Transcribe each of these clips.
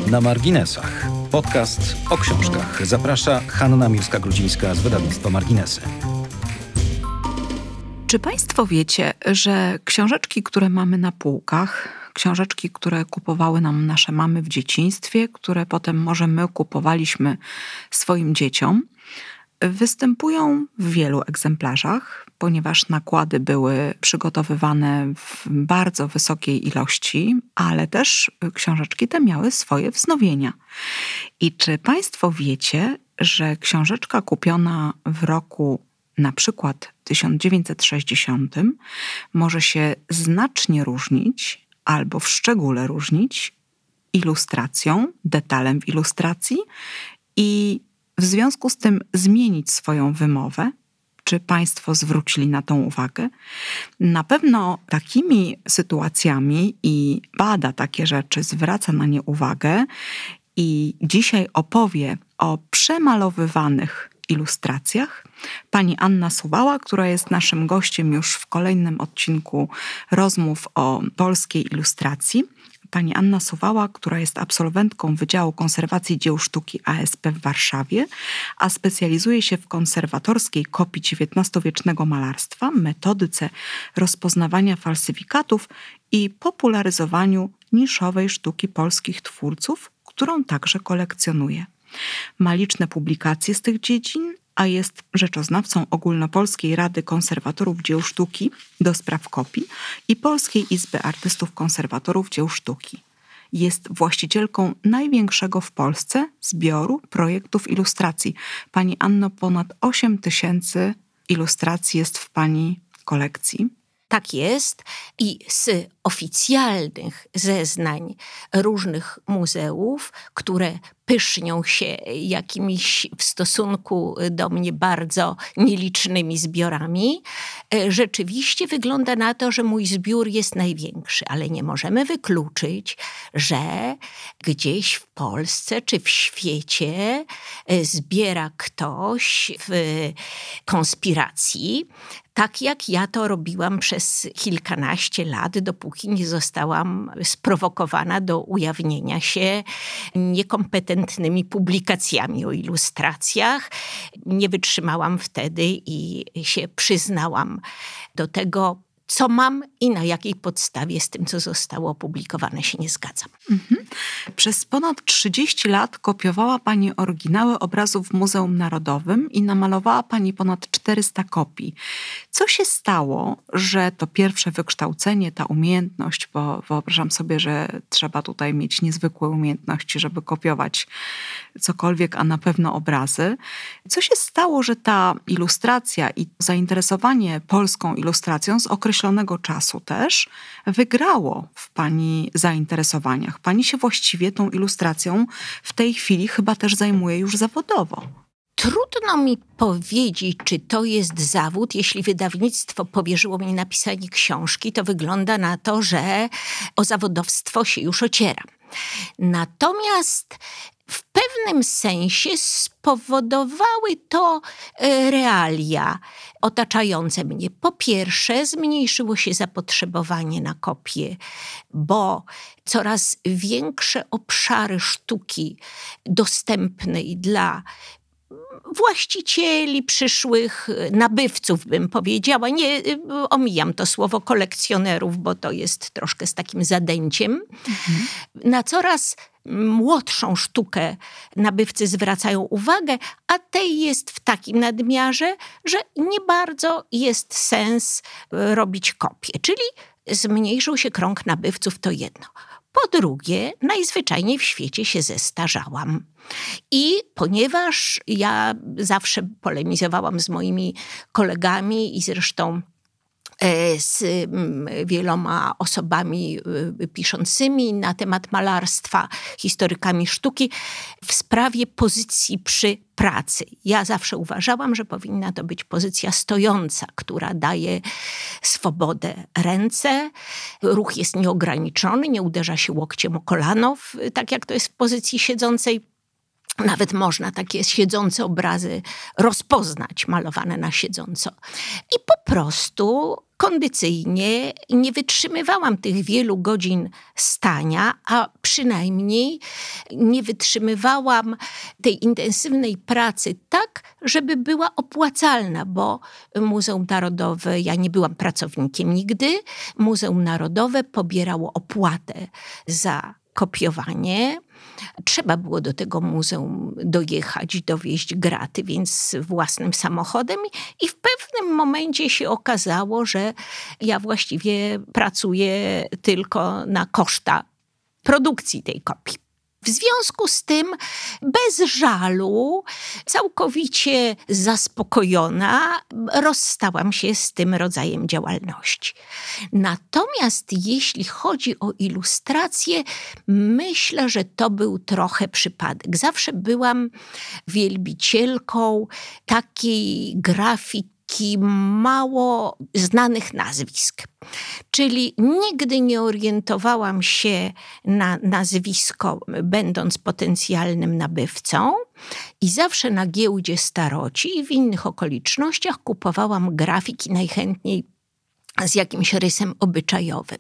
Na marginesach. Podcast o książkach. Zaprasza Hanna Miłska-Grudzińska z wydawnictwa Marginesy. Czy Państwo wiecie, że książeczki, które mamy na półkach, książeczki, które kupowały nam nasze mamy w dzieciństwie, które potem może my kupowaliśmy swoim dzieciom, występują w wielu egzemplarzach, ponieważ nakłady były przygotowywane w bardzo wysokiej ilości, ale też książeczki te miały swoje wznowienia. I czy Państwo wiecie, że książeczka kupiona w roku na przykład 1960 może się znacznie różnić albo w szczególe różnić ilustracją, detalem w ilustracji i w związku z tym zmienić swoją wymowę? Czy Państwo zwrócili na tą uwagę? Na pewno takimi sytuacjami i bada takie rzeczy, zwraca na nie uwagę i dzisiaj opowie o przemalowywanych ilustracjach pani Anna Suwała, która jest naszym gościem już w kolejnym odcinku rozmów o polskiej ilustracji. Pani Anna Suwała, która jest absolwentką Wydziału Konserwacji Dzieł Sztuki ASP w Warszawie, a specjalizuje się w konserwatorskiej kopii XIX-wiecznego malarstwa, metodyce rozpoznawania falsyfikatów i popularyzowaniu niszowej sztuki polskich twórców, którą także kolekcjonuje. Ma liczne publikacje z tych dziedzin, a jest rzeczoznawcą Ogólnopolskiej Rady Konserwatorów Dzieł Sztuki do spraw kopii i Polskiej Izby Artystów Konserwatorów Dzieł Sztuki. Jest właścicielką największego w Polsce zbioru projektów ilustracji. Pani Anno, ponad 8 000 ilustracji jest w pani kolekcji. Tak jest i z oficjalnych zeznań różnych muzeów, które pysznią się jakimiś w stosunku do mnie bardzo nielicznymi zbiorami, rzeczywiście wygląda na to, że mój zbiór jest największy, ale nie możemy wykluczyć, że gdzieś w Polsce czy w świecie zbiera ktoś w konspiracji, tak jak ja to robiłam przez kilkanaście lat, dopóki nie zostałam sprowokowana do ujawnienia się niekompetentnymi publikacjami o ilustracjach. Nie wytrzymałam wtedy i się przyznałam do tego, co mam i na jakiej podstawie z tym, co zostało opublikowane, się nie zgadzam. Przez ponad 30 lat kopiowała pani oryginały obrazów w Muzeum Narodowym i namalowała pani ponad 400 kopii. Co się stało, że to pierwsze wykształcenie, ta umiejętność, bo wyobrażam sobie, że trzeba tutaj mieć niezwykłe umiejętności, żeby kopiować cokolwiek, a na pewno obrazy. Co się stało, że ta ilustracja i zainteresowanie polską ilustracją z określonego czasu też wygrało w pani zainteresowaniach? Pani się właściwie tą ilustracją w tej chwili chyba też zajmuje już zawodowo. Trudno mi powiedzieć, czy to jest zawód. Jeśli wydawnictwo powierzyło mi napisanie książki, to wygląda na to, że o zawodowstwo się już ocieram. Natomiast w pewnym sensie spowodowały to realia otaczające mnie. Po pierwsze, zmniejszyło się zapotrzebowanie na kopie, bo coraz większe obszary sztuki dostępnej dla właścicieli, przyszłych nabywców, bym powiedziała. Nie omijam to słowo kolekcjonerów, bo to jest troszkę z takim zadęciem. Na coraz młodszą sztukę nabywcy zwracają uwagę, a tej jest w takim nadmiarze, że nie bardzo jest sens robić kopie. Czyli zmniejszył się krąg nabywców, to jedno. Po drugie, najzwyczajniej w świecie się zestarzałam. I ponieważ ja zawsze polemizowałam z moimi kolegami i zresztą z wieloma osobami piszącymi na temat malarstwa, historykami sztuki, w sprawie pozycji przy pracy. Ja zawsze uważałam, że powinna to być pozycja stojąca, która daje swobodę ręce. Ruch jest nieograniczony, nie uderza się łokciem o kolano, tak jak to jest w pozycji siedzącej. Nawet można takie siedzące obrazy rozpoznać, malowane na siedząco. I po prostu kondycyjnie nie wytrzymywałam tych wielu godzin stania, a przynajmniej nie wytrzymywałam tej intensywnej pracy tak, żeby była opłacalna, bo Muzeum Narodowe, ja nie byłam pracownikiem nigdy, Muzeum Narodowe pobierało opłatę za kopiowanie. Trzeba było do tego muzeum dojechać, dowieźć graty, więc własnym samochodem. I w pewnym momencie się okazało, że ja właściwie pracuję tylko na koszta produkcji tej kopii. W związku z tym, bez żalu, całkowicie zaspokojona, rozstałam się z tym rodzajem działalności. Natomiast jeśli chodzi o ilustrację, myślę, że to był trochę przypadek. Zawsze byłam wielbicielką takiej grafiki mało znanych nazwisk. Czyli nigdy nie orientowałam się na nazwisko, będąc potencjalnym nabywcą, i zawsze na giełdzie staroci i w innych okolicznościach kupowałam grafiki najchętniej z jakimś rysem obyczajowym.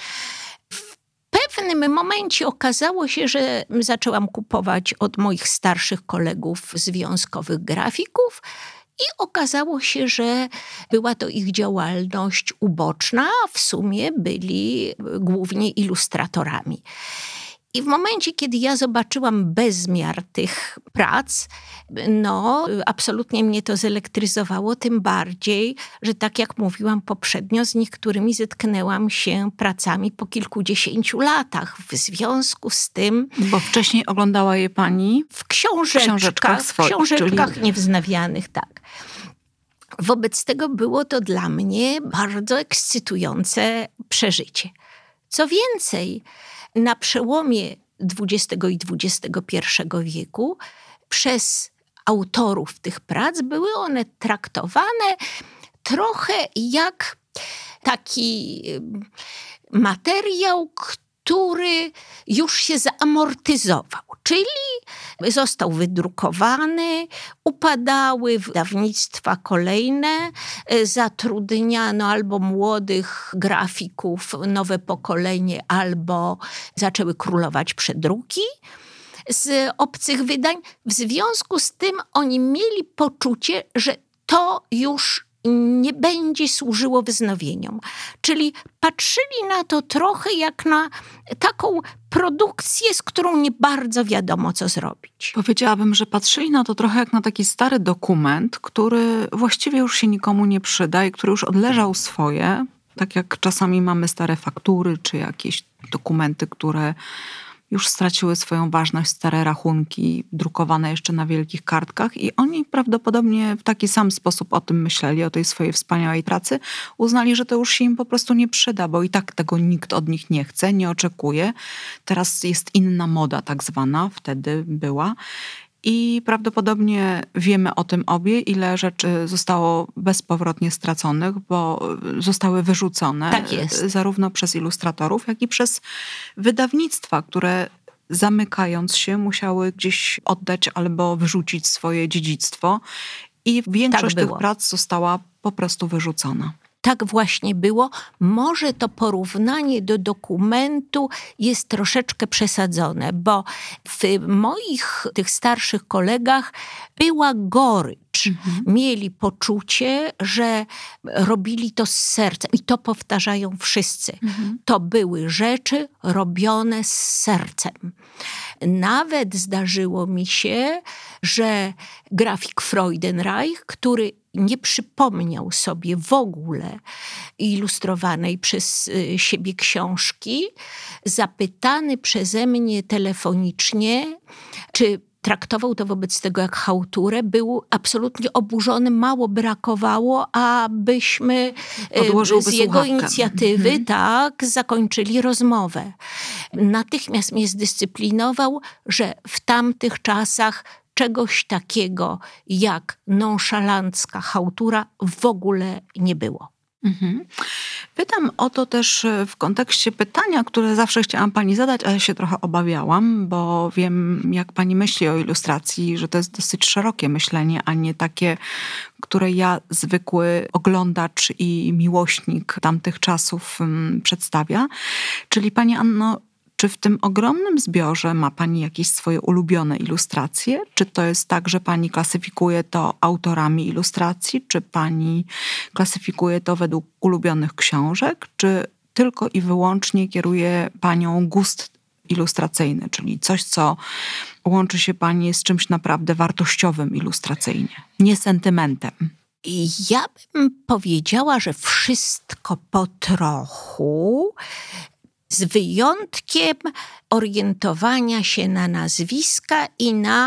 W pewnym momencie okazało się, że zaczęłam kupować od moich starszych kolegów związkowych grafików, i okazało się, że była to ich działalność uboczna, a w sumie byli głównie ilustratorami. I w momencie, kiedy ja zobaczyłam bezmiar tych prac, absolutnie mnie to zelektryzowało, tym bardziej, że tak jak mówiłam poprzednio, z niektórymi zetknęłam się pracami po kilkudziesięciu latach. W związku z tym... Bo wcześniej oglądała je pani w książeczkach czyli... niewznawianych, tak. Wobec tego było to dla mnie bardzo ekscytujące przeżycie. Co więcej, na przełomie XX i XXI wieku przez autorów tych prac były one traktowane trochę jak taki materiał, który już się zaamortyzował, czyli został wydrukowany, upadały wydawnictwa kolejne, zatrudniano albo młodych grafików, nowe pokolenie, albo zaczęły królować przedruki z obcych wydań. W związku z tym oni mieli poczucie, że to już nie będzie służyło wznowieniom. Czyli patrzyli na to trochę jak na taką produkcję, z którą nie bardzo wiadomo, co zrobić. Powiedziałabym, że patrzyli na to trochę jak na taki stary dokument, który właściwie już się nikomu nie przyda i który już odleżał swoje. Tak jak czasami mamy stare faktury, czy jakieś dokumenty, które już straciły swoją ważność, stare rachunki drukowane jeszcze na wielkich kartkach, i oni prawdopodobnie w taki sam sposób o tym myśleli, o tej swojej wspaniałej pracy. Uznali, że to już się im po prostu nie przyda, bo i tak tego nikt od nich nie chce, nie oczekuje. Teraz jest inna moda tak zwana, wtedy była. I prawdopodobnie wiemy o tym obie, ile rzeczy zostało bezpowrotnie straconych, bo zostały wyrzucone. Tak jest. Zarówno przez ilustratorów, jak i przez wydawnictwa, które zamykając się musiały gdzieś oddać albo wyrzucić swoje dziedzictwo. I większość tych prac została po prostu wyrzucona. Tak właśnie było. Może to porównanie do dokumentu jest troszeczkę przesadzone, bo w moich tych starszych kolegach była gorycz. Mieli poczucie, że robili to z sercem. I to powtarzają wszyscy. To były rzeczy robione z sercem. Nawet zdarzyło mi się, że grafik Freudenreich, który nie przypomniał sobie w ogóle ilustrowanej przez siebie książki, zapytany przeze mnie telefonicznie, czy traktował to wobec tego jak chałturę, był absolutnie oburzony, mało brakowało, abyśmy z jego inicjatywy zakończyli rozmowę. Natychmiast mnie zdyscyplinował, że w tamtych czasach czegoś takiego jak nonszalancka chałtura w ogóle nie było. Pytam o to też w kontekście pytania, które zawsze chciałam pani zadać, ale się trochę obawiałam, bo wiem, jak pani myśli o ilustracji, że to jest dosyć szerokie myślenie, a nie takie, które ja, zwykły oglądacz i miłośnik tamtych czasów, przedstawia. Czyli pani Anno, czy w tym ogromnym zbiorze ma pani jakieś swoje ulubione ilustracje? Czy to jest tak, że pani klasyfikuje to autorami ilustracji? Czy pani klasyfikuje to według ulubionych książek? Czy tylko i wyłącznie kieruje panią gust ilustracyjny, czyli coś, co łączy się pani z czymś naprawdę wartościowym ilustracyjnie, nie sentymentem? Ja bym powiedziała, że wszystko po trochu, z wyjątkiem orientowania się na nazwiska i na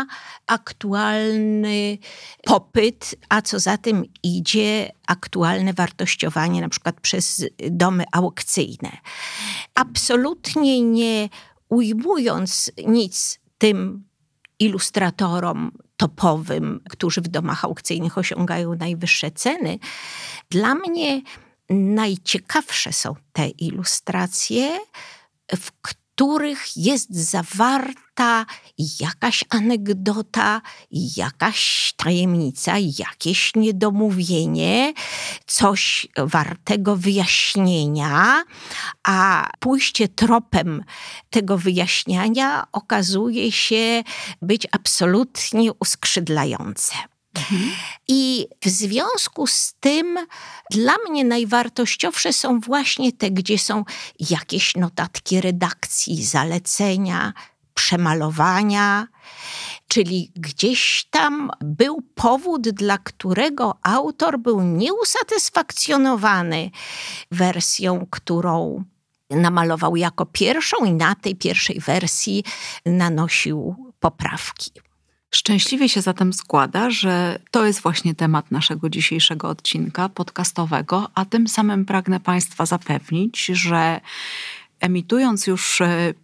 aktualny popyt, a co za tym idzie, aktualne wartościowanie, na przykład przez domy aukcyjne. Absolutnie nie ujmując nic tym ilustratorom topowym, którzy w domach aukcyjnych osiągają najwyższe ceny, dla mnie najciekawsze są te ilustracje, w których jest zawarta jakaś anegdota, jakaś tajemnica, jakieś niedomówienie, coś wartego wyjaśnienia, a pójście tropem tego wyjaśniania okazuje się być absolutnie uskrzydlające. I w związku z tym dla mnie najwartościowsze są właśnie te, gdzie są jakieś notatki redakcji, zalecenia, przemalowania, czyli gdzieś tam był powód, dla którego autor był nieusatysfakcjonowany wersją, którą namalował jako pierwszą i na tej pierwszej wersji nanosił poprawki. Szczęśliwie się zatem składa, że to jest właśnie temat naszego dzisiejszego odcinka podcastowego, a tym samym pragnę państwa zapewnić, że emitując już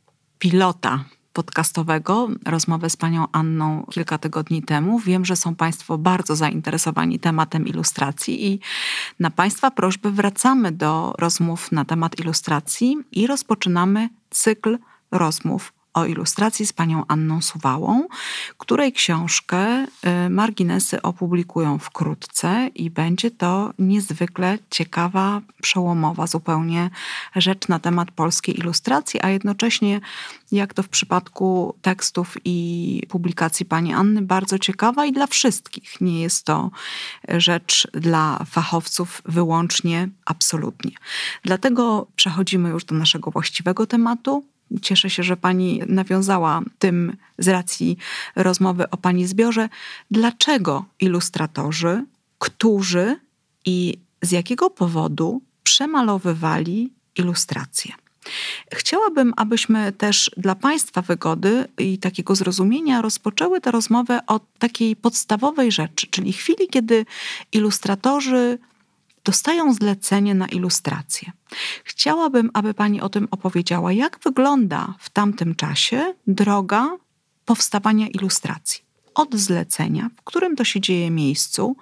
pilota podcastowego, rozmowę z panią Anną kilka tygodni temu, wiem, że są państwo bardzo zainteresowani tematem ilustracji i na państwa prośbę wracamy do rozmów na temat ilustracji i rozpoczynamy cykl rozmów o ilustracji z panią Anną Suwałą, której książkę marginesy opublikują wkrótce i będzie to niezwykle ciekawa, przełomowa zupełnie rzecz na temat polskiej ilustracji, a jednocześnie, jak to w przypadku tekstów i publikacji pani Anny, bardzo ciekawa i dla wszystkich. Nie jest to rzecz dla fachowców wyłącznie, absolutnie. Dlatego przechodzimy już do naszego właściwego tematu. Cieszę się, że pani nawiązała tym z racji rozmowy o pani zbiorze. Dlaczego ilustratorzy, którzy i z jakiego powodu przemalowywali ilustracje? Chciałabym, abyśmy też dla państwa wygody i takiego zrozumienia rozpoczęły tę rozmowę od takiej podstawowej rzeczy, czyli chwili, kiedy ilustratorzy dostają zlecenie na ilustrację. Chciałabym, aby pani o tym opowiedziała, jak wygląda w tamtym czasie droga powstawania ilustracji. Od zlecenia, w którym to się dzieje miejscu,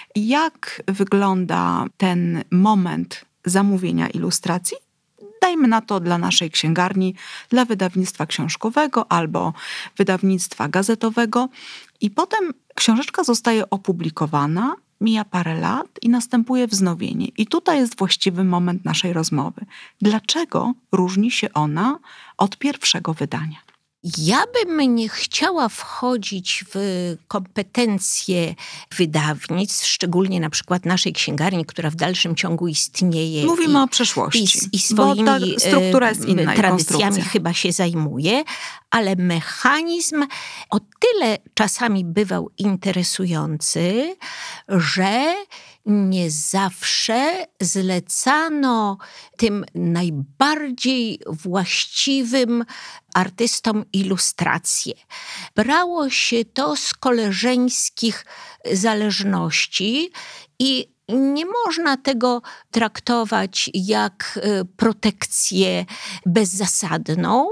jak wygląda ten moment zamówienia ilustracji. Dajmy na to dla naszej księgarni, dla wydawnictwa książkowego albo wydawnictwa gazetowego. I potem książeczka zostaje opublikowana, mija parę lat i następuje wznowienie. I tutaj jest właściwy moment naszej rozmowy. Dlaczego różni się ona od pierwszego wydania? Ja bym nie chciała wchodzić w kompetencje wydawnictw, szczególnie na przykład naszej księgarni, która w dalszym ciągu istnieje. Mówimy o przeszłości, i swoimi bo ta struktura jest inna, tradycjami chyba się zajmuje, ale mechanizm o tyle czasami bywał interesujący, że nie zawsze zlecano tym najbardziej właściwym artystom ilustracje. Brało się to z koleżeńskich zależności i nie można tego traktować jak protekcję bezzasadną,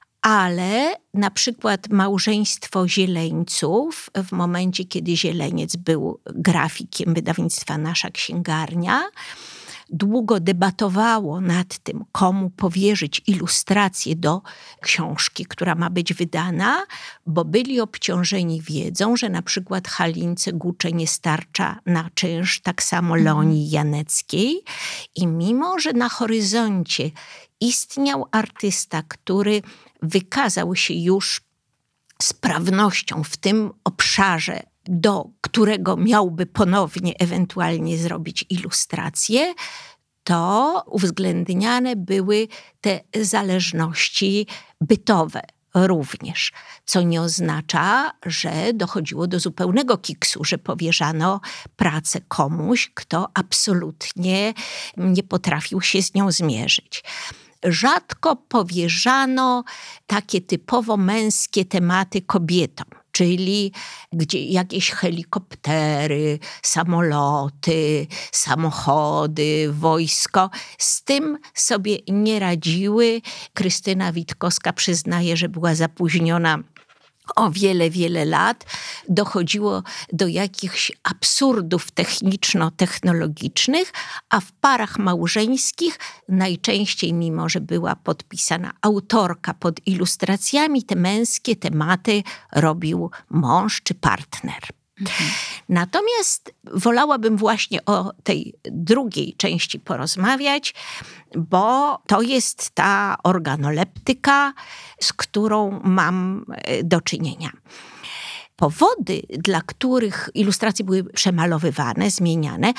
ale na przykład małżeństwo Zieleńców, w momencie, kiedy Zieleniec był grafikiem wydawnictwa Nasza Księgarnia, długo debatowało nad tym, komu powierzyć ilustrację do książki, która ma być wydana, bo byli obciążeni wiedzą, że na przykład Halince Gucze nie starcza na czynsz, tak samo Leonii Janeckiej. I mimo, że na horyzoncie istniał artysta, który wykazał się już sprawnością w tym obszarze, do którego miałby ponownie ewentualnie zrobić ilustrację, to uwzględniane były te zależności bytowe również, co nie oznacza, że dochodziło do zupełnego kiksu, że powierzano pracę komuś, kto absolutnie nie potrafił się z nią zmierzyć. Rzadko powierzano takie typowo męskie tematy kobietom, czyli gdzie jakieś helikoptery, samoloty, samochody, wojsko. Z tym sobie nie radziły. Krystyna Witkowska przyznaje, że była zapóźniona o wiele, wiele lat. Dochodziło do jakichś absurdów techniczno-technologicznych, a w parach małżeńskich najczęściej, mimo że była podpisana autorka pod ilustracjami, te męskie tematy robił mąż czy partner. Natomiast wolałabym właśnie o tej drugiej części porozmawiać, bo to jest ta organoleptyka, z którą mam do czynienia. Powody, dla których ilustracje były przemalowywane, zmieniane.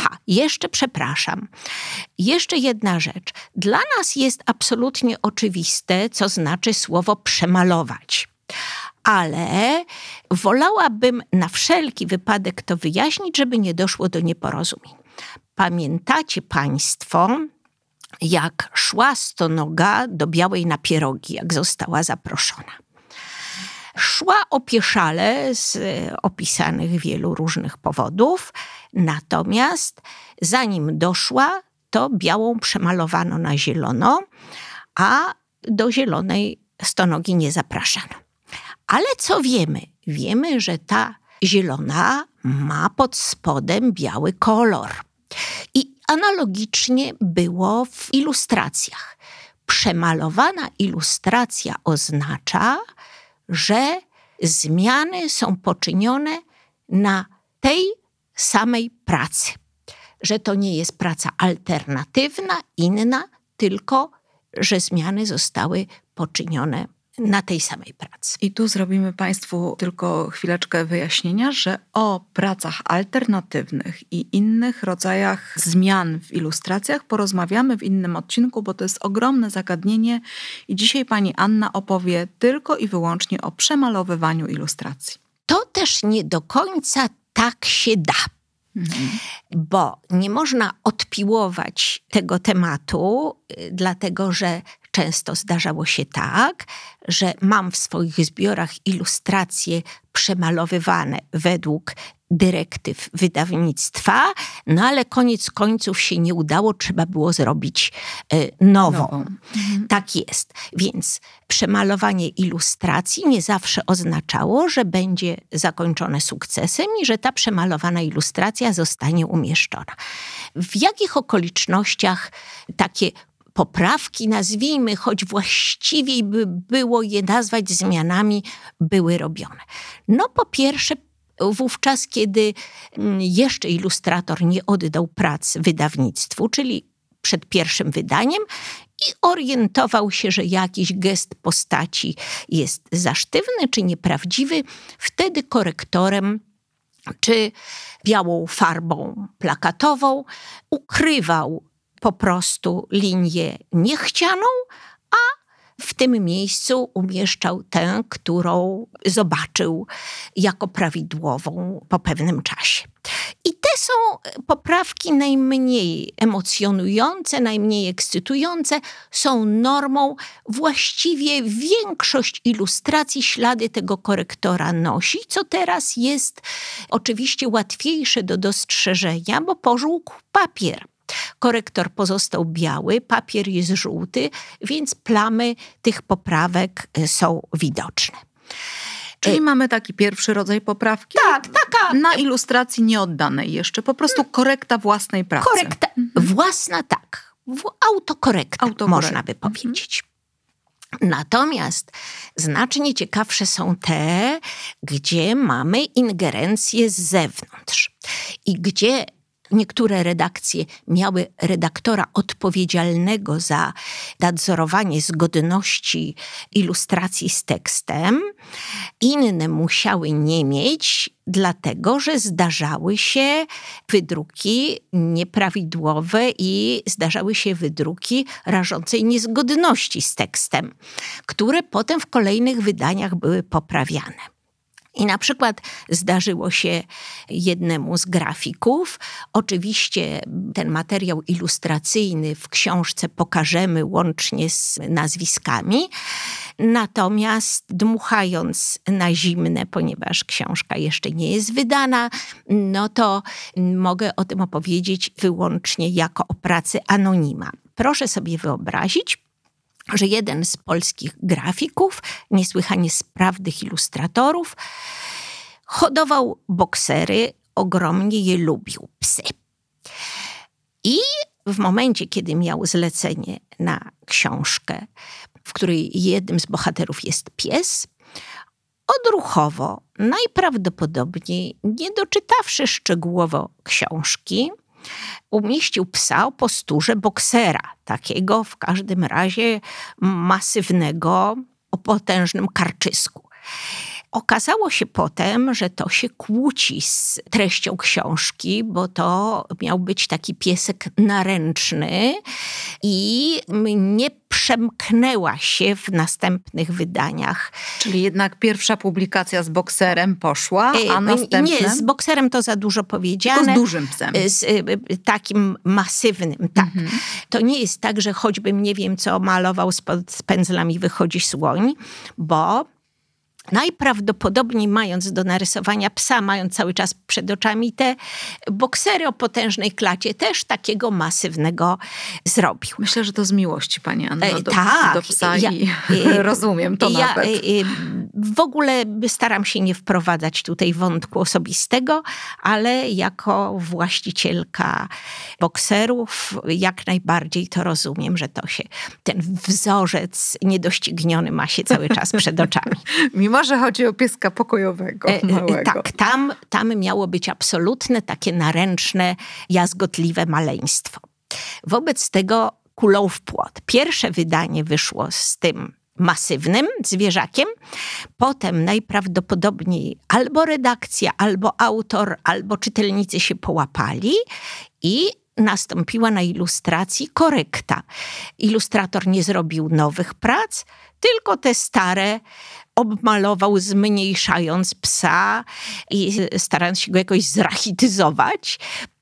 Jeszcze jedna rzecz. Dla nas jest absolutnie oczywiste, co znaczy słowo przemalować. Ale wolałabym na wszelki wypadek to wyjaśnić, żeby nie doszło do nieporozumień. Pamiętacie państwo, jak szła stonoga do Białej na pierogi, jak została zaproszona? Szła opieszale z opisanych wielu różnych powodów, natomiast zanim doszła, to Białą przemalowano na zielono, a do Zielonej stonogi nie zapraszano. Ale co wiemy? Wiemy, że ta zielona ma pod spodem biały kolor. I analogicznie było w ilustracjach. Przemalowana ilustracja oznacza, że zmiany są poczynione na tej samej pracy. Że to nie jest praca alternatywna, inna, tylko że zmiany zostały poczynione na tej samej pracy. I tu zrobimy Państwu tylko chwileczkę wyjaśnienia, że o pracach alternatywnych i innych rodzajach zmian w ilustracjach porozmawiamy w innym odcinku, bo to jest ogromne zagadnienie i dzisiaj pani Anna opowie tylko i wyłącznie o przemalowywaniu ilustracji. To też nie do końca tak się da. Bo nie można odpiłować tego tematu, dlatego że często zdarzało się tak, że mam w swoich zbiorach ilustracje przemalowywane według dyrektyw wydawnictwa, no ale koniec końców się nie udało, trzeba było zrobić nową. Tak jest. Więc przemalowanie ilustracji nie zawsze oznaczało, że będzie zakończone sukcesem i że ta przemalowana ilustracja zostanie umieszczona. W jakich okolicznościach takie poprawki, nazwijmy, choć właściwie by było je nazwać zmianami, były robione? No po pierwsze, wówczas, kiedy jeszcze ilustrator nie oddał prac wydawnictwu, czyli przed pierwszym wydaniem i orientował się, że jakiś gest postaci jest za sztywny czy nieprawdziwy, wtedy korektorem czy białą farbą plakatową ukrywał po prostu linię niechcianą, a w tym miejscu umieszczał tę, którą zobaczył jako prawidłową po pewnym czasie. I te są poprawki najmniej emocjonujące, najmniej ekscytujące, są normą. Właściwie większość ilustracji ślady tego korektora nosi, co teraz jest oczywiście łatwiejsze do dostrzeżenia, bo pożółkł papier. Korektor pozostał biały, papier jest żółty, więc plamy tych poprawek są widoczne. Czyli mamy taki pierwszy rodzaj poprawki? Tak, taka. Na ilustracji nieoddanej jeszcze, po prostu korekta własnej pracy. Korekta własna, tak. Autokorekta, można by powiedzieć. Natomiast znacznie ciekawsze są te, gdzie mamy ingerencję z zewnątrz i gdzie niektóre redakcje miały redaktora odpowiedzialnego za nadzorowanie zgodności ilustracji z tekstem. Inne musiały nie mieć, dlatego że zdarzały się wydruki nieprawidłowe i zdarzały się wydruki rażącej niezgodności z tekstem, które potem w kolejnych wydaniach były poprawiane. I na przykład zdarzyło się jednemu z grafików, oczywiście ten materiał ilustracyjny w książce pokażemy łącznie z nazwiskami, natomiast dmuchając na zimne, ponieważ książka jeszcze nie jest wydana, no to mogę o tym opowiedzieć wyłącznie jako o pracy anonima. Proszę sobie wyobrazić, że jeden z polskich grafików, niesłychanie sprawnych ilustratorów, hodował boksery, ogromnie je lubił, psy. I w momencie, kiedy miał zlecenie na książkę, w której jednym z bohaterów jest pies, odruchowo, najprawdopodobniej nie doczytawszy szczegółowo książki, umieścił psa o posturze boksera, takiego w każdym razie masywnego, o potężnym karczysku. Okazało się potem, że to się kłóci z treścią książki, bo to miał być taki piesek naręczny i nie przemknęła się w następnych wydaniach. Czyli jednak pierwsza publikacja z bokserem poszła, a następne... Nie, z bokserem to za dużo powiedziane. Tylko z dużym psem. Z takim masywnym, tak. To nie jest tak, że choćbym nie wiem co malował z pędzlami wychodzi słoń, bo najprawdopodobniej mając do narysowania psa, mając cały czas przed oczami te boksery o potężnej klacie, też takiego masywnego zrobił. Myślę, że to z miłości, pani Anno, do psa i rozumiem to nawet. W ogóle staram się nie wprowadzać tutaj wątku osobistego, ale jako właścicielka bokserów jak najbardziej to rozumiem, że to się, ten wzorzec niedościgniony ma się cały czas przed oczami. Mimo że chodzi o pieska pokojowego, małego. Tak, tam miało być absolutne, takie naręczne, jazgotliwe maleństwo. Wobec tego kulą w płot. Pierwsze wydanie wyszło z tym masywnym zwierzakiem, potem najprawdopodobniej albo redakcja, albo autor, albo czytelnicy się połapali i nastąpiła na ilustracji korekta. Ilustrator nie zrobił nowych prac, tylko te stare obmalował, zmniejszając psa i starając się go jakoś zrachityzować.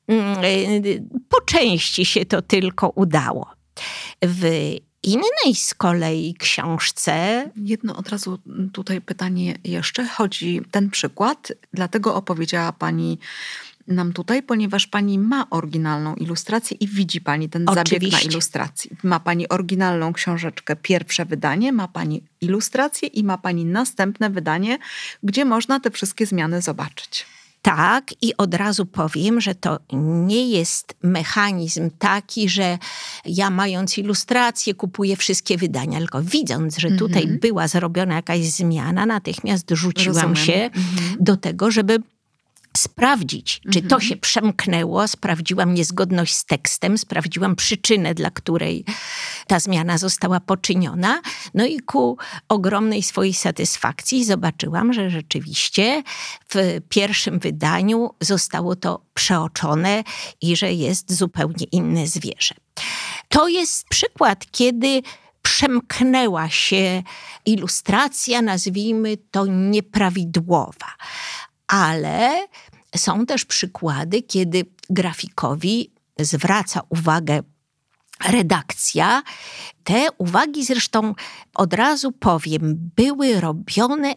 Po części się to tylko udało. W innej z kolei książce... Jedno od razu tutaj pytanie jeszcze. Chodzi ten przykład, dlatego opowiedziała pani nam tutaj, ponieważ pani ma oryginalną ilustrację i widzi pani ten zabieg na ilustracji. Ma pani oryginalną książeczkę, pierwsze wydanie, ma pani ilustrację i ma pani następne wydanie, gdzie można te wszystkie zmiany zobaczyć. Tak, i od razu powiem, że to nie jest mechanizm taki, że ja mając ilustrację kupuję wszystkie wydania, tylko widząc, że tutaj była zrobiona jakaś zmiana, natychmiast rzuciłam się do tego, żeby sprawdzić, czy to się przemknęło, sprawdziłam niezgodność z tekstem, sprawdziłam przyczynę, dla której ta zmiana została poczyniona. No i ku ogromnej swojej satysfakcji zobaczyłam, że rzeczywiście w pierwszym wydaniu zostało to przeoczone i że jest zupełnie inne zwierzę. To jest przykład, kiedy przemknęła się ilustracja, nazwijmy to nieprawidłowa. Ale są też przykłady, kiedy grafikowi zwraca uwagę redakcja. Te uwagi zresztą od razu powiem, były robione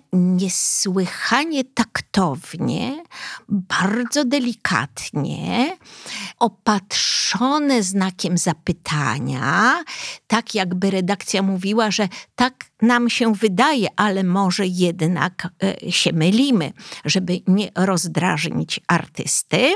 niesłychanie taktownie, bardzo delikatnie. opatrzone znakiem zapytania, tak jakby redakcja mówiła, że tak nam się wydaje, ale może jednak się mylimy, żeby nie rozdrażnić artysty.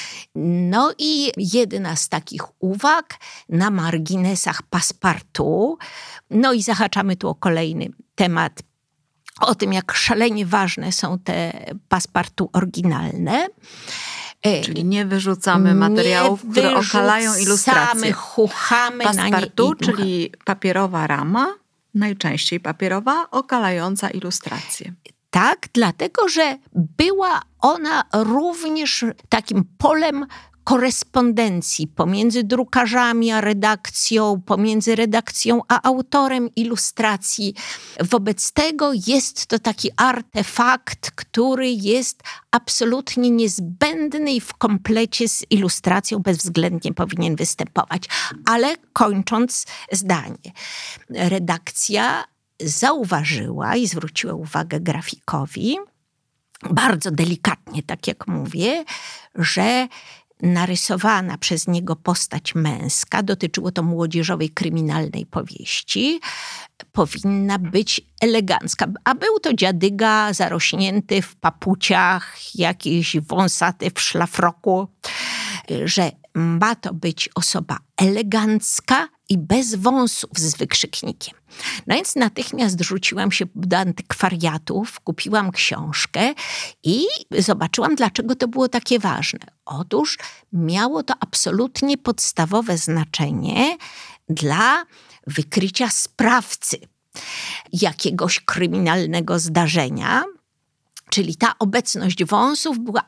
No i jedna z takich uwag na marginesach Passepartout. No i zahaczamy tu o kolejny temat, o tym, jak szalenie ważne są te Passepartout oryginalne. Czyli nie wyrzucamy materiałów, które okalają ilustrację. Chuchamy na nie. Passepartout, czyli papierowa rama, najczęściej papierowa, okalająca ilustrację. Tak, dlatego, że była ona również takim polem korespondencji pomiędzy drukarzami a redakcją, pomiędzy redakcją a autorem ilustracji. Wobec tego jest to taki artefakt, który jest absolutnie niezbędny i w komplecie z ilustracją bezwzględnie powinien występować. Ale kończąc zdanie, redakcja zauważyła i zwróciła uwagę grafikowi, bardzo delikatnie, tak jak mówię, że narysowana przez niego postać męska, dotyczyło to młodzieżowej kryminalnej powieści, powinna być elegancka. A był to dziadyga zarośnięty w papuciach, jakiś wąsaty w szlafroku, że ma to być osoba elegancka i bez wąsów z wykrzyknikiem. No więc natychmiast rzuciłam się do antykwariatów, kupiłam książkę i zobaczyłam, dlaczego to było takie ważne. Otóż miało to absolutnie podstawowe znaczenie dla wykrycia sprawcy jakiegoś kryminalnego zdarzenia. Czyli ta obecność wąsów była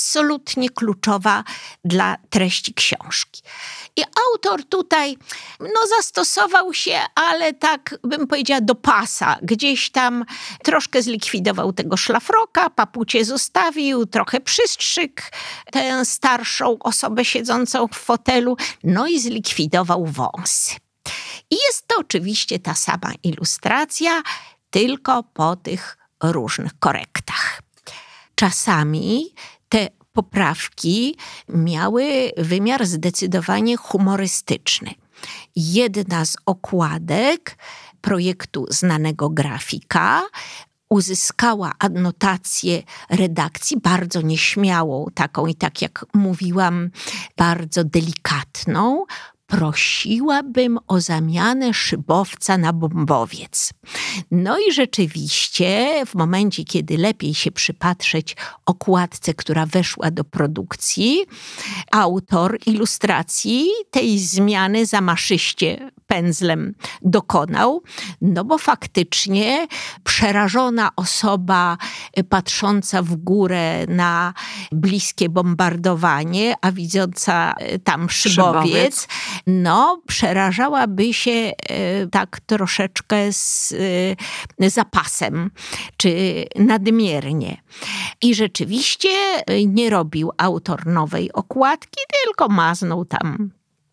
absolutnie kluczowa dla treści książki. I autor tutaj zastosował się, ale tak bym powiedziała do pasa. Gdzieś tam troszkę zlikwidował tego szlafroka, papucie zostawił, trochę przystrzygł tę starszą osobę siedzącą w fotelu, no i zlikwidował wąsy. I jest to oczywiście ta sama ilustracja, tylko po tych różnych korektach. Czasami te poprawki miały wymiar zdecydowanie humorystyczny. Jedna z okładek projektu znanego grafika uzyskała adnotację redakcji, bardzo nieśmiałą, taką i tak jak mówiłam, bardzo delikatną. Prosiłabym o zamianę szybowca na bombowiec. No i rzeczywiście w momencie, kiedy lepiej się przypatrzeć okładce, która weszła do produkcji, autor ilustracji tej zmiany zamaszyście pędzlem dokonał, no bo faktycznie przerażona osoba patrząca w górę na bliskie bombardowanie, a widząca tam szybowiec, przerażałaby się tak troszeczkę z zapasem, czy nadmiernie. I rzeczywiście nie robił autor nowej okładki, tylko maznął tam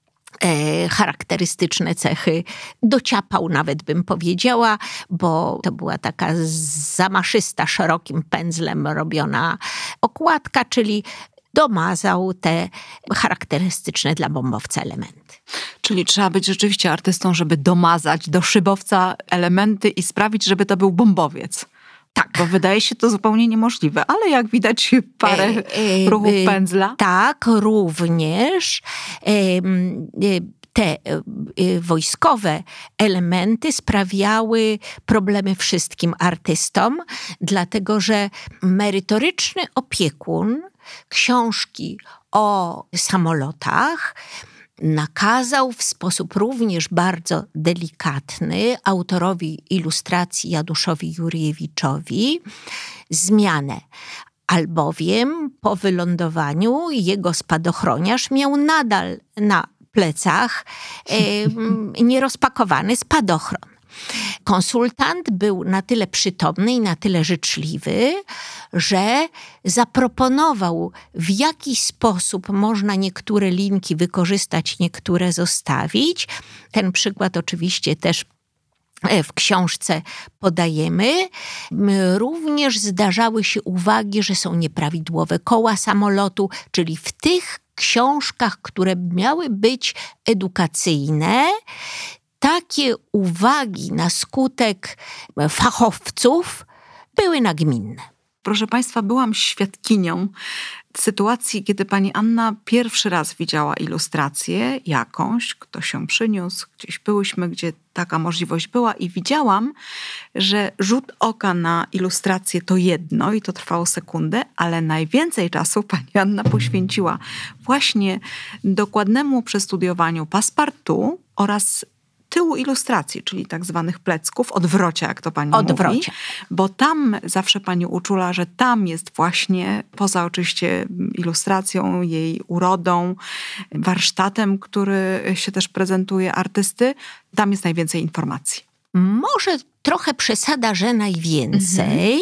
charakterystyczne cechy, dociapał nawet bym powiedziała, bo to była taka zamaszysta, szerokim pędzlem robiona okładka, czyli domazał te charakterystyczne dla bombowca elementy. Czyli trzeba być rzeczywiście artystą, żeby domazać do szybowca elementy i sprawić, żeby to był bombowiec. Tak. Bo wydaje się to zupełnie niemożliwe, ale jak widać parę ruchów pędzla. Tak, również te wojskowe elementy sprawiały problemy wszystkim artystom, dlatego że merytoryczny opiekun książki o samolotach nakazał w sposób również bardzo delikatny autorowi ilustracji Januszowi Jurjewiczowi zmianę. Albowiem po wylądowaniu jego spadochroniarz miał nadal na plecach nierozpakowany spadochron. Konsultant był na tyle przytomny i na tyle życzliwy, że zaproponował, w jaki sposób można niektóre linki wykorzystać, niektóre zostawić. Ten przykład oczywiście też w książce podajemy. Również zdarzały się uwagi, że są nieprawidłowe koła samolotu, czyli w tych książkach, które miały być edukacyjne, takie uwagi na skutek fachowców były nagminne. Proszę Państwa, byłam świadkinią sytuacji, kiedy pani Anna pierwszy raz widziała ilustrację jakąś, ktoś ją przyniósł, gdzieś byłyśmy, gdzie taka możliwość była i widziałam, że rzut oka na ilustrację to jedno i to trwało sekundę, ale najwięcej czasu pani Anna poświęciła właśnie dokładnemu przestudiowaniu passepartout oraz tyłu ilustracji, czyli tak zwanych plecków, odwrocia, jak to pani mówi. Bo tam zawsze pani uczula, że tam jest właśnie, poza oczywiście ilustracją, jej urodą, warsztatem, który się też prezentuje artysty, tam jest najwięcej informacji. Może trochę przesada, że najwięcej,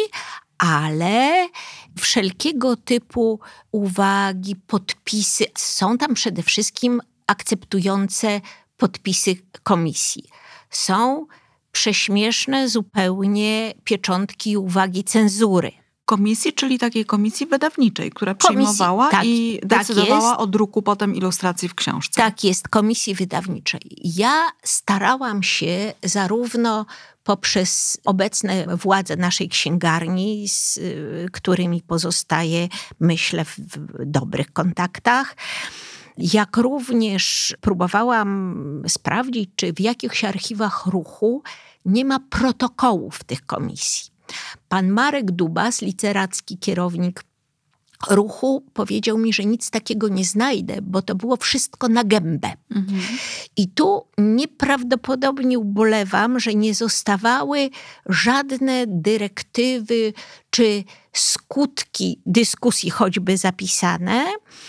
ale wszelkiego typu uwagi, podpisy są tam przede wszystkim akceptujące podpisy komisji. Są prześmieszne zupełnie pieczątki i uwagi cenzury. Komisji, czyli takiej komisji wydawniczej, która przyjmowała i decydowała o druku potem ilustracji w książce. Tak jest, komisji wydawniczej. Ja starałam się zarówno poprzez obecne władze naszej księgarni, z którymi pozostaję, myślę, w dobrych kontaktach, jak również próbowałam sprawdzić, czy w jakichś archiwach ruchu nie ma protokołów tych komisji. Pan Marek Dubas, literacki kierownik ruchu, powiedział mi, że nic takiego nie znajdę, bo to było wszystko na gębę. I tu nieprawdopodobnie ubolewam, że nie zostawały żadne dyrektywy czy skutki dyskusji choćby zapisane,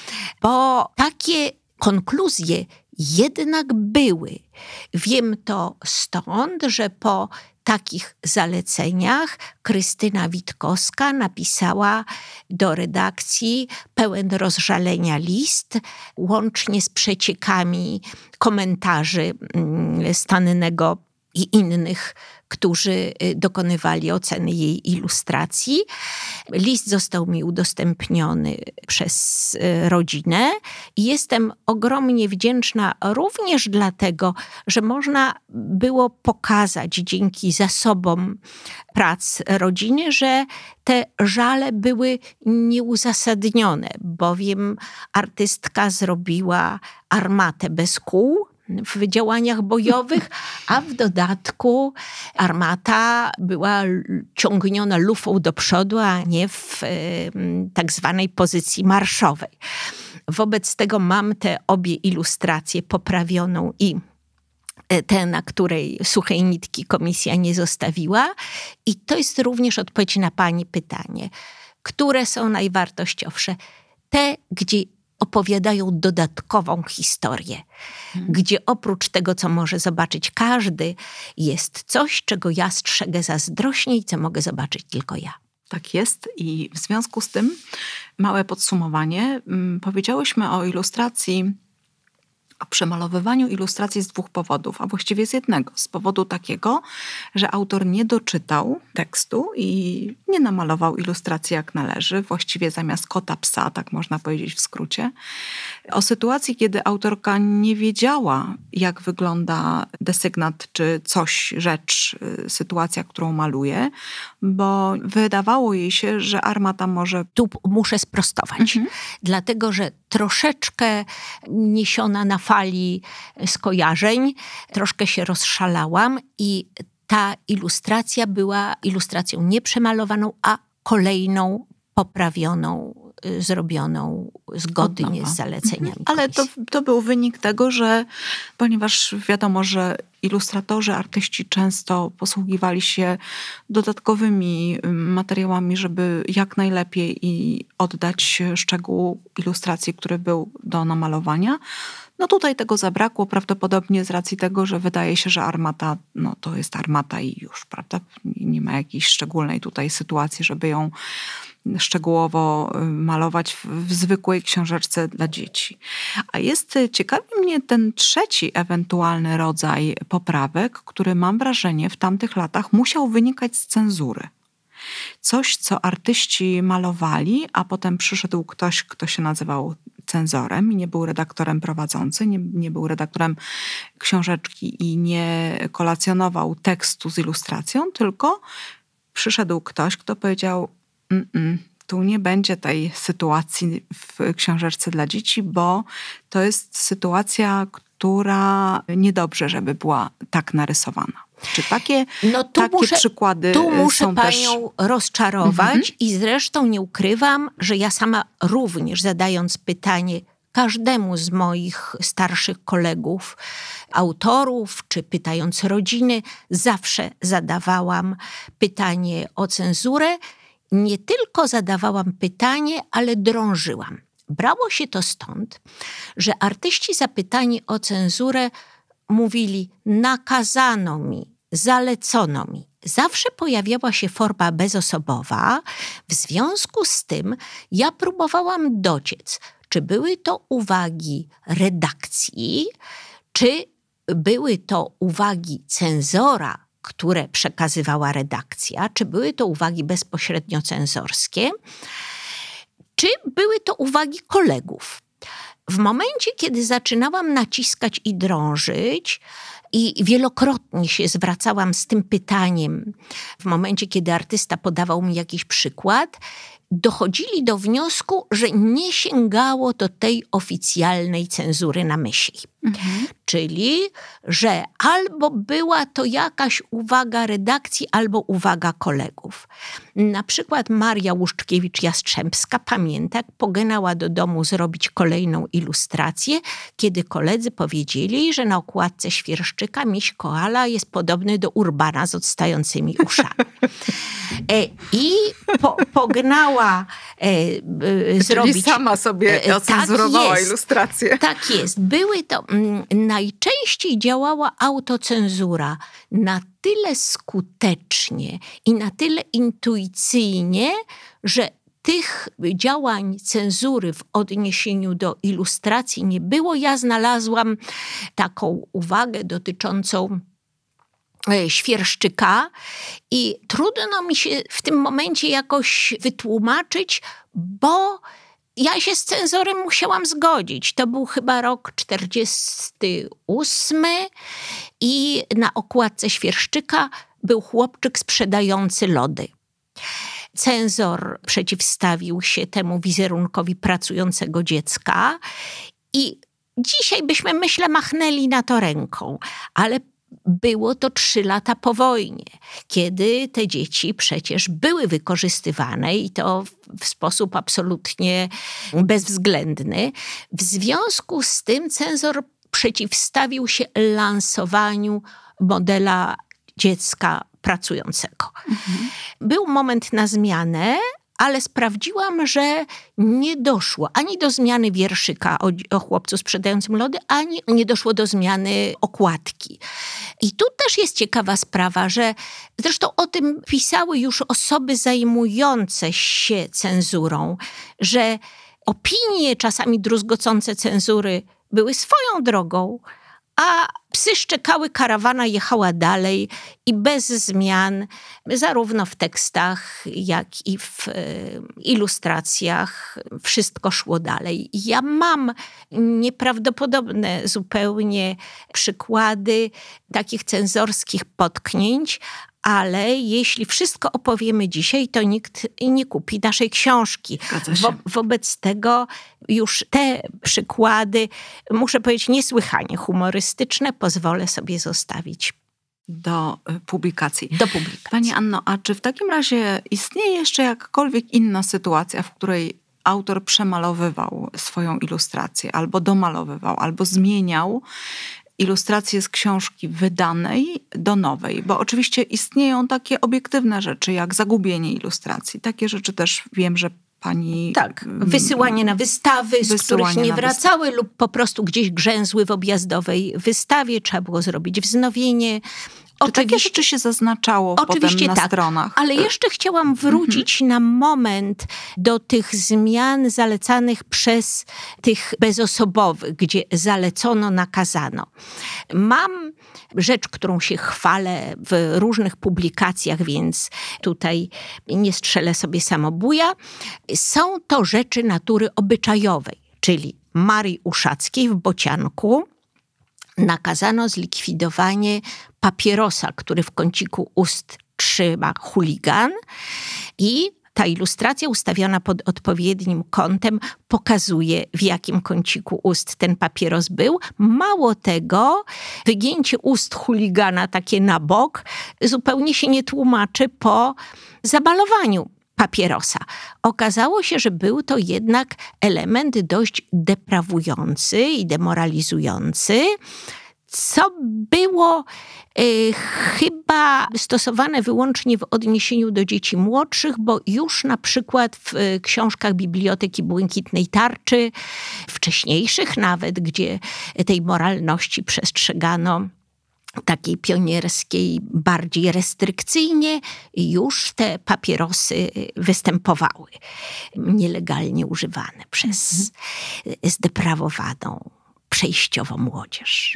bo takie konkluzje jednak były. Wiem to stąd, że po takich zaleceniach Krystyna Witkowska napisała do redakcji pełen rozżalenia list, łącznie z przeciekami komentarzy Stannego i innych, którzy dokonywali oceny jej ilustracji. List został mi udostępniony przez rodzinę i jestem ogromnie wdzięczna również dlatego, że można było pokazać dzięki zasobom prac rodziny, że te żale były nieuzasadnione, bowiem artystka zrobiła armatę bez kół w działaniach bojowych, a w dodatku armata była ciągniona lufą do przodu, a nie w tak zwanej pozycji marszowej. Wobec tego mam te obie ilustracje, poprawioną i tę, na której suchej nitki komisja nie zostawiła. I to jest również odpowiedź na pani pytanie. Które są najwartościowsze? Te, gdzie opowiadają dodatkową historię, gdzie oprócz tego, co może zobaczyć każdy, jest coś, czego ja strzegę zazdrośnie i co mogę zobaczyć tylko ja. Tak jest i w związku z tym małe podsumowanie. Powiedziałyśmy o ilustracji, o przemalowywaniu ilustracji z dwóch powodów, a właściwie z jednego. Z powodu takiego, że autor nie doczytał tekstu i nie namalował ilustracji jak należy, właściwie zamiast kota psa, tak można powiedzieć w skrócie. O sytuacji, kiedy autorka nie wiedziała, jak wygląda desygnat, czy coś, rzecz, sytuacja, którą maluje, bo wydawało jej się, że armata może... Tu muszę sprostować, dlatego że troszeczkę niesiona na fali skojarzeń, troszkę się rozszalałam i ta ilustracja była ilustracją nie przemalowaną, a kolejną, poprawioną, zrobioną zgodnie z zaleceniami. Ale to był wynik tego, że ponieważ wiadomo, że ilustratorzy, artyści często posługiwali się dodatkowymi materiałami, żeby jak najlepiej i oddać szczegół ilustracji, który był do namalowania. No tutaj tego zabrakło prawdopodobnie z racji tego, że wydaje się, że armata, no to jest armata i już, prawda? Nie ma jakiejś szczególnej tutaj sytuacji, żeby ją szczegółowo malować w zwykłej książeczce dla dzieci. A ciekawi mnie ten trzeci ewentualny rodzaj poprawek, który mam wrażenie w tamtych latach musiał wynikać z cenzury. Coś, co artyści malowali, a potem przyszedł ktoś, kto się nazywał cenzorem i nie był redaktorem prowadzącym, nie był redaktorem książeczki i nie kolacjonował tekstu z ilustracją, tylko przyszedł ktoś, kto powiedział: tu nie będzie tej sytuacji w książeczce dla dzieci, bo to jest sytuacja, która niedobrze, żeby była tak narysowana. Czy takie przykłady tu muszę są panią rozczarować i zresztą nie ukrywam, że ja sama również zadając pytanie każdemu z moich starszych kolegów, autorów, czy pytając rodziny, zawsze zadawałam pytanie o cenzurę. Nie tylko zadawałam pytanie, ale drążyłam. Brało się to stąd, że artyści zapytani o cenzurę mówili: nakazano mi, zalecono mi. Zawsze pojawiała się forma bezosobowa. W związku z tym ja próbowałam dociec, czy były to uwagi redakcji, czy były to uwagi cenzora, które przekazywała redakcja, czy były to uwagi bezpośrednio cenzorskie, czy były to uwagi kolegów. W momencie, kiedy zaczynałam naciskać i drążyć i wielokrotnie się zwracałam z tym pytaniem, w momencie, kiedy artysta podawał mi jakiś przykład, dochodzili do wniosku, że nie sięgało do tej oficjalnej cenzury na myśli. Czyli, że albo była to jakaś uwaga redakcji, albo uwaga kolegów. Na przykład Maria Łuszczkiewicz-Jastrzębska, pamięta, jak pognała do domu zrobić kolejną ilustrację, kiedy koledzy powiedzieli, że na okładce Świerszczyka miś koala jest podobny do Urbana z odstającymi uszami. I pognała zrobić... Czyli sama sobie ocenzurowała ilustrację. Tak jest. Były to... Najczęściej działała autocenzura na tyle skutecznie i na tyle intuicyjnie, że tych działań cenzury w odniesieniu do ilustracji nie było. Ja znalazłam taką uwagę dotyczącą Świerszczyka i trudno mi się w tym momencie jakoś wytłumaczyć, bo ja się z cenzorem musiałam zgodzić. To był chyba rok 1948 i na okładce Świerszczyka był chłopczyk sprzedający lody. Cenzor przeciwstawił się temu wizerunkowi pracującego dziecka i dzisiaj byśmy, myślę, machnęli na to ręką, ale było to 3 lata po wojnie, kiedy te dzieci przecież były wykorzystywane i to w sposób absolutnie bezwzględny. W związku z tym cenzor przeciwstawił się lansowaniu modela dziecka pracującego. Był moment na zmianę, ale sprawdziłam, że nie doszło ani do zmiany wierszyka o chłopcu sprzedającym lody, ani nie doszło do zmiany okładki. I tu też jest ciekawa sprawa, że zresztą o tym pisały już osoby zajmujące się cenzurą, że opinie czasami druzgocące cenzury były swoją drogą, a psy szczekały, karawana jechała dalej i bez zmian, zarówno w tekstach, jak i w ilustracjach, wszystko szło dalej. Ja mam nieprawdopodobne zupełnie przykłady takich cenzorskich potknięć, ale jeśli wszystko opowiemy dzisiaj, to nikt nie kupi naszej książki. Wobec tego już te przykłady, muszę powiedzieć, niesłychanie humorystyczne, pozwolę sobie zostawić do publikacji. Pani Anno, a czy w takim razie istnieje jeszcze jakakolwiek inna sytuacja, w której autor przemalowywał swoją ilustrację, albo domalowywał, albo zmieniał ilustracje z książki wydanej do nowej? Bo oczywiście istnieją takie obiektywne rzeczy, jak zagubienie ilustracji. Takie rzeczy też wiem, że pani... Tak, wysyłanie na wystawy, z których nie wracały lub po prostu gdzieś grzęzły w objazdowej wystawie. Trzeba było zrobić wznowienie. Czy takie rzeczy się zaznaczało potem na stronach? Ale jeszcze chciałam wrócić na moment do tych zmian zalecanych przez tych bezosobowych, gdzie zalecono, nakazano. Mam rzecz, którą się chwalę w różnych publikacjach, więc tutaj nie strzelę sobie samobuja. Są to rzeczy natury obyczajowej. czyli Marii Uszackiej w Bocianku, nakazano zlikwidowanie papierosa, który w kąciku ust trzyma chuligan, i ta ilustracja ustawiona pod odpowiednim kątem pokazuje, w jakim kąciku ust ten papieros był. Mało tego, wygięcie ust chuligana takie na bok zupełnie się nie tłumaczy po zabalowaniu papierosa. Okazało się, że był to jednak element dość deprawujący i demoralizujący, co było chyba stosowane wyłącznie w odniesieniu do dzieci młodszych, bo już na przykład w książkach Biblioteki Błękitnej Tarczy, wcześniejszych nawet, gdzie tej moralności przestrzegano takiej pionierskiej, bardziej restrykcyjnie, już te papierosy występowały, nielegalnie używane przez zdeprawowaną przejściowo młodzież.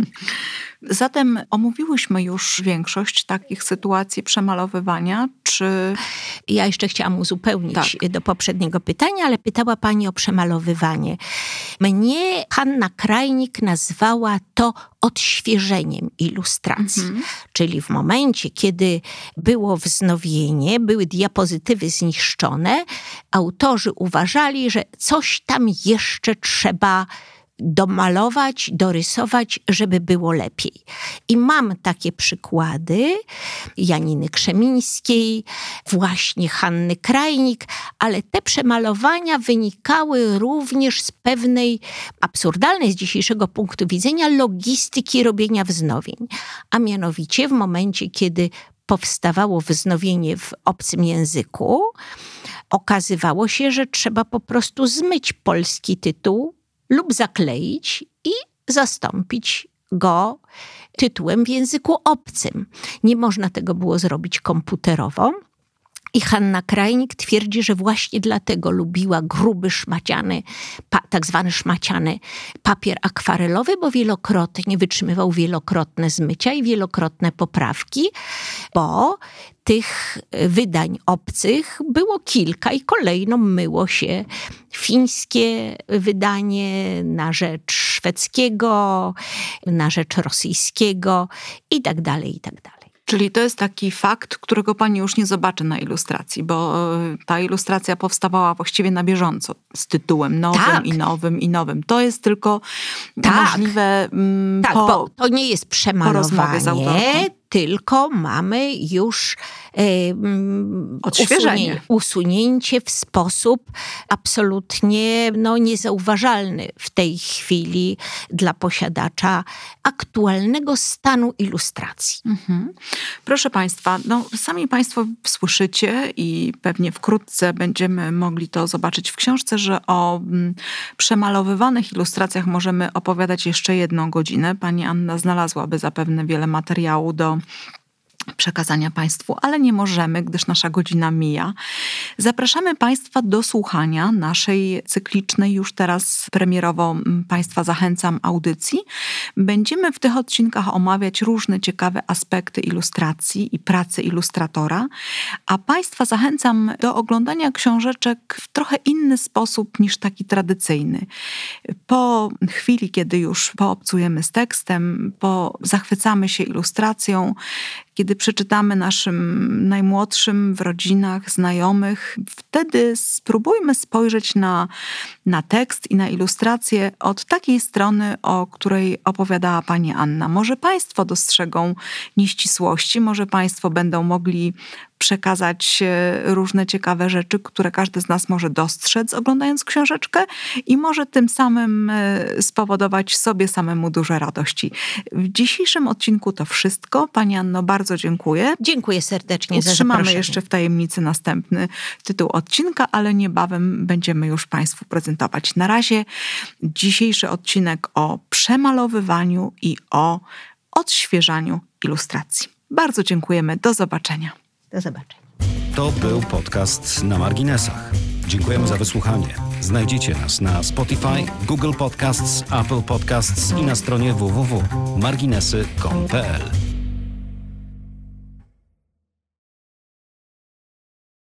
Zatem omówiłyśmy już większość takich sytuacji przemalowywania, czy... Ja jeszcze chciałam uzupełnić do poprzedniego pytania, ale pytała pani o przemalowywanie. Mnie Hanna Krajnik nazwała to odświeżeniem ilustracji. Czyli w momencie, kiedy było wznowienie, były diapozytywy zniszczone, autorzy uważali, że coś tam jeszcze trzeba domalować, dorysować, żeby było lepiej. I mam takie przykłady Janiny Krzemińskiej, właśnie Hanny Krajnik, ale te przemalowania wynikały również z pewnej absurdalnej z dzisiejszego punktu widzenia logistyki robienia wznowień. A mianowicie w momencie, kiedy powstawało wznowienie w obcym języku, okazywało się, że trzeba po prostu zmyć polski tytuł lub zakleić i zastąpić go tytułem w języku obcym. Nie można tego było zrobić komputerowo. I Hanna Krajnik twierdzi, że właśnie dlatego lubiła gruby, szmaciany, tak zwany szmaciany papier akwarelowy, bo wielokrotnie wytrzymywał wielokrotne zmycia i wielokrotne poprawki, bo tych wydań obcych było kilka i kolejno myło się fińskie wydanie na rzecz szwedzkiego, na rzecz rosyjskiego i tak dalej, i tak dalej. Czyli to jest taki fakt, którego pani już nie zobaczy na ilustracji, bo ta ilustracja powstawała właściwie na bieżąco z tytułem nowym i nowym i nowym. To jest tylko możliwe bo to nie jest przemalowanie, tylko mamy już usunięcie w sposób absolutnie niezauważalny w tej chwili dla posiadacza aktualnego stanu ilustracji. Proszę państwa, sami państwo słyszycie i pewnie wkrótce będziemy mogli to zobaczyć w książce, że o przemalowywanych ilustracjach możemy opowiadać jeszcze 1 godzinę. Pani Anna znalazłaby zapewne wiele materiału do przekazania państwu, ale nie możemy, gdyż nasza godzina mija. Zapraszamy państwa do słuchania naszej cyklicznej, już teraz premierowo państwa zachęcam, audycji. Będziemy w tych odcinkach omawiać różne ciekawe aspekty ilustracji i pracy ilustratora, a państwa zachęcam do oglądania książeczek w trochę inny sposób niż taki tradycyjny. Po chwili, kiedy już poobcujemy z tekstem, zachwycamy się ilustracją, kiedy przeczytamy naszym najmłodszym w rodzinach, znajomych, wtedy spróbujmy spojrzeć na tekst i na ilustrację od takiej strony, o której opowiadała pani Anna. Może państwo dostrzegą nieścisłości, może państwo będą mogli przekazać różne ciekawe rzeczy, które każdy z nas może dostrzec, oglądając książeczkę, i może tym samym spowodować sobie samemu duże radości. W dzisiejszym odcinku to wszystko. Pani Anno, bardzo dziękuję. Dziękuję serdecznie za zaproszenie. zaproszenie. Jeszcze w tajemnicy następny tytuł odcinka, ale niebawem będziemy już państwu prezentować. Na razie dzisiejszy odcinek o przemalowywaniu i o odświeżaniu ilustracji. Bardzo dziękujemy. Do zobaczenia. Do zobaczenia. To był podcast Na Marginesach. Dziękujemy za wysłuchanie. Znajdziecie nas na Spotify, Google Podcasts, Apple Podcasts i na stronie www.marginesy.pl.